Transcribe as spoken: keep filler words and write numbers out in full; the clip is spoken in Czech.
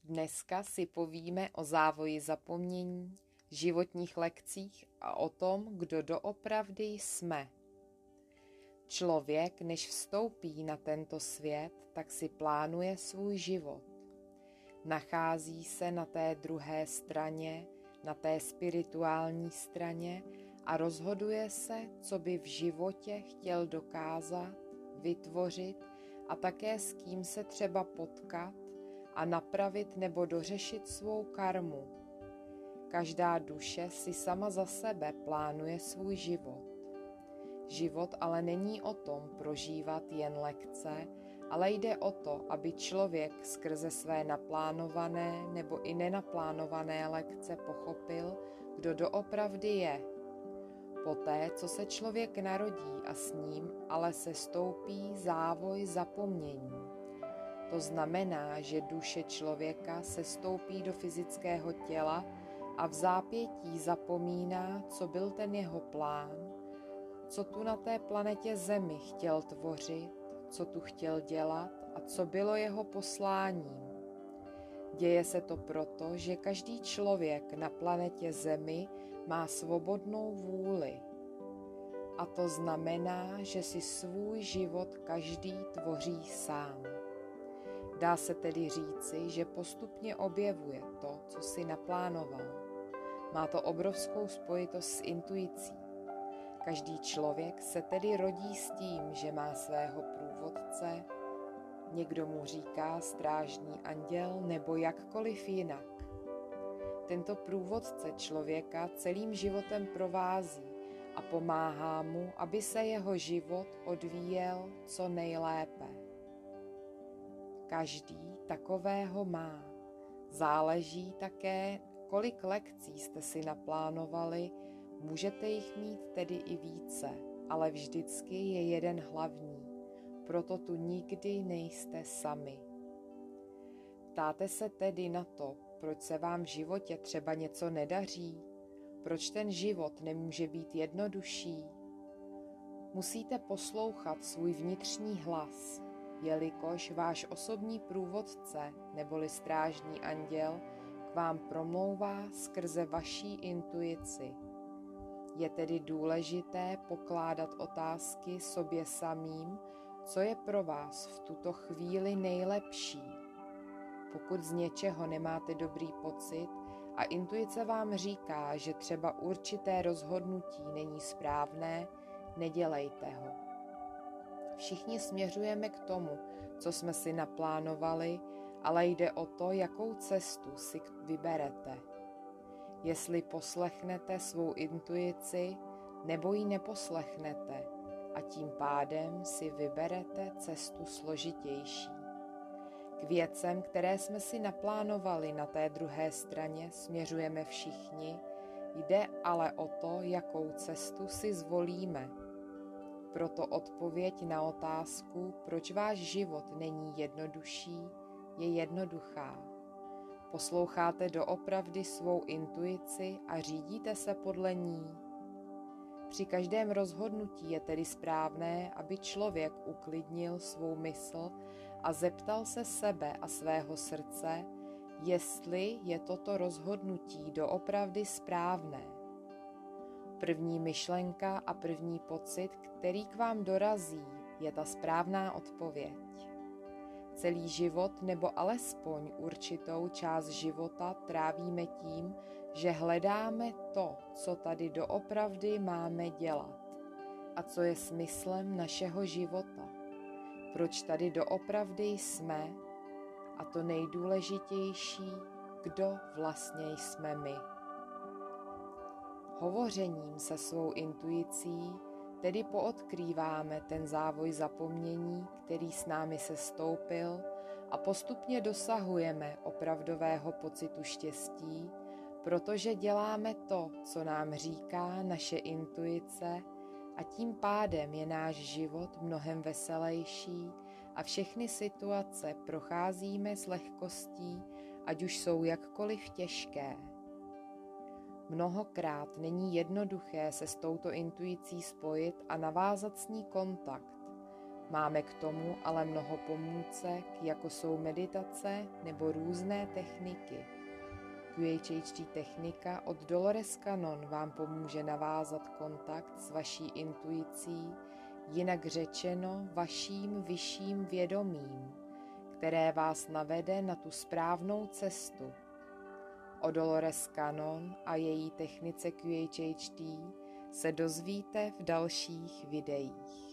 Dneska si povíme o závoji zapomnění, životních lekcích a o tom, kdo doopravdy jsme. Člověk, než vstoupí na tento svět, tak si plánuje svůj život. Nachází se na té druhé straně, na té spirituální straně a rozhoduje se, co by v životě chtěl dokázat, vytvořit a také s kým se třeba potkat a napravit nebo dořešit svou karmu. Každá duše si sama za sebe plánuje svůj život. Život ale není o tom prožívat jen lekce, ale jde o to, aby člověk skrze své naplánované nebo i nenaplánované lekce pochopil, kdo doopravdy je. Poté, co se člověk narodí a s ním ale se stoupí závoj zapomnění. To znamená, že duše člověka se stoupí do fyzického těla a v zápětí zapomíná, co byl ten jeho plán, co tu na té planetě Zemi chtěl tvořit, co tu chtěl dělat a co bylo jeho posláním. Děje se to proto, že každý člověk na planetě Zemi má svobodnou vůli. A to znamená, že si svůj život každý tvoří sám. Dá se tedy říci, že postupně objevuje to, co si naplánoval. Má to obrovskou spojitost s intuicí. Každý člověk se tedy rodí s tím, že má svého průvodce, někdo mu říká strážný anděl nebo jakkoliv jinak. Tento průvodce člověka celým životem provází a pomáhá mu, aby se jeho život odvíjel co nejlépe. Každý takového má. Záleží také, kolik lekcí jste si naplánovali, můžete jich mít tedy i více, ale vždycky je jeden hlavní, proto tu nikdy nejste sami. Ptáte se tedy na to, proč se vám v životě třeba něco nedaří, proč ten život nemůže být jednodušší. Musíte poslouchat svůj vnitřní hlas, jelikož váš osobní průvodce neboli strážný anděl k vám promlouvá skrze vaší intuici. Je tedy důležité pokládat otázky sobě samým, co je pro vás v tuto chvíli nejlepší. Pokud z něčeho nemáte dobrý pocit a intuice vám říká, že třeba určité rozhodnutí není správné, nedělejte ho. Všichni směřujeme k tomu, co jsme si naplánovali, ale jde o to, jakou cestu si vyberete. Jestli poslechnete svou intuici, nebo ji neposlechnete a tím pádem si vyberete cestu složitější. K věcem, které jsme si naplánovali na té druhé straně, směřujeme všichni, jde ale o to, jakou cestu si zvolíme. Proto odpověď na otázku, proč váš život není jednodušší, je jednoduchá. Posloucháte doopravdy svou intuici a řídíte se podle ní. Při každém rozhodnutí je tedy správné, aby člověk uklidnil svou mysl a zeptal se sebe a svého srdce, jestli je toto rozhodnutí doopravdy správné. První myšlenka a první pocit, který k vám dorazí, je ta správná odpověď. Celý život nebo alespoň určitou část života trávíme tím, že hledáme to, co tady doopravdy máme dělat a co je smyslem našeho života. Proč tady doopravdy jsme a to nejdůležitější, kdo vlastně jsme my. Hovořením se svou intuicí tedy poodkrýváme ten závoj zapomnění, který s námi sestoupil a postupně dosahujeme opravdového pocitu štěstí, protože děláme to, co nám říká naše intuice a tím pádem je náš život mnohem veselější a všechny situace procházíme s lehkostí, ať už jsou jakkoliv těžké. Mnohokrát není jednoduché se s touto intuicí spojit a navázat s ní kontakt. Máme k tomu ale mnoho pomůcek, jako jsou meditace nebo různé techniky. Q H H T technika od Dolores Cannon vám pomůže navázat kontakt s vaší intuicí, jinak řečeno vaším vyšším vědomím, které vás navede na tu správnou cestu. O Dolores Cannon a její technice Q H H T se dozvíte v dalších videích.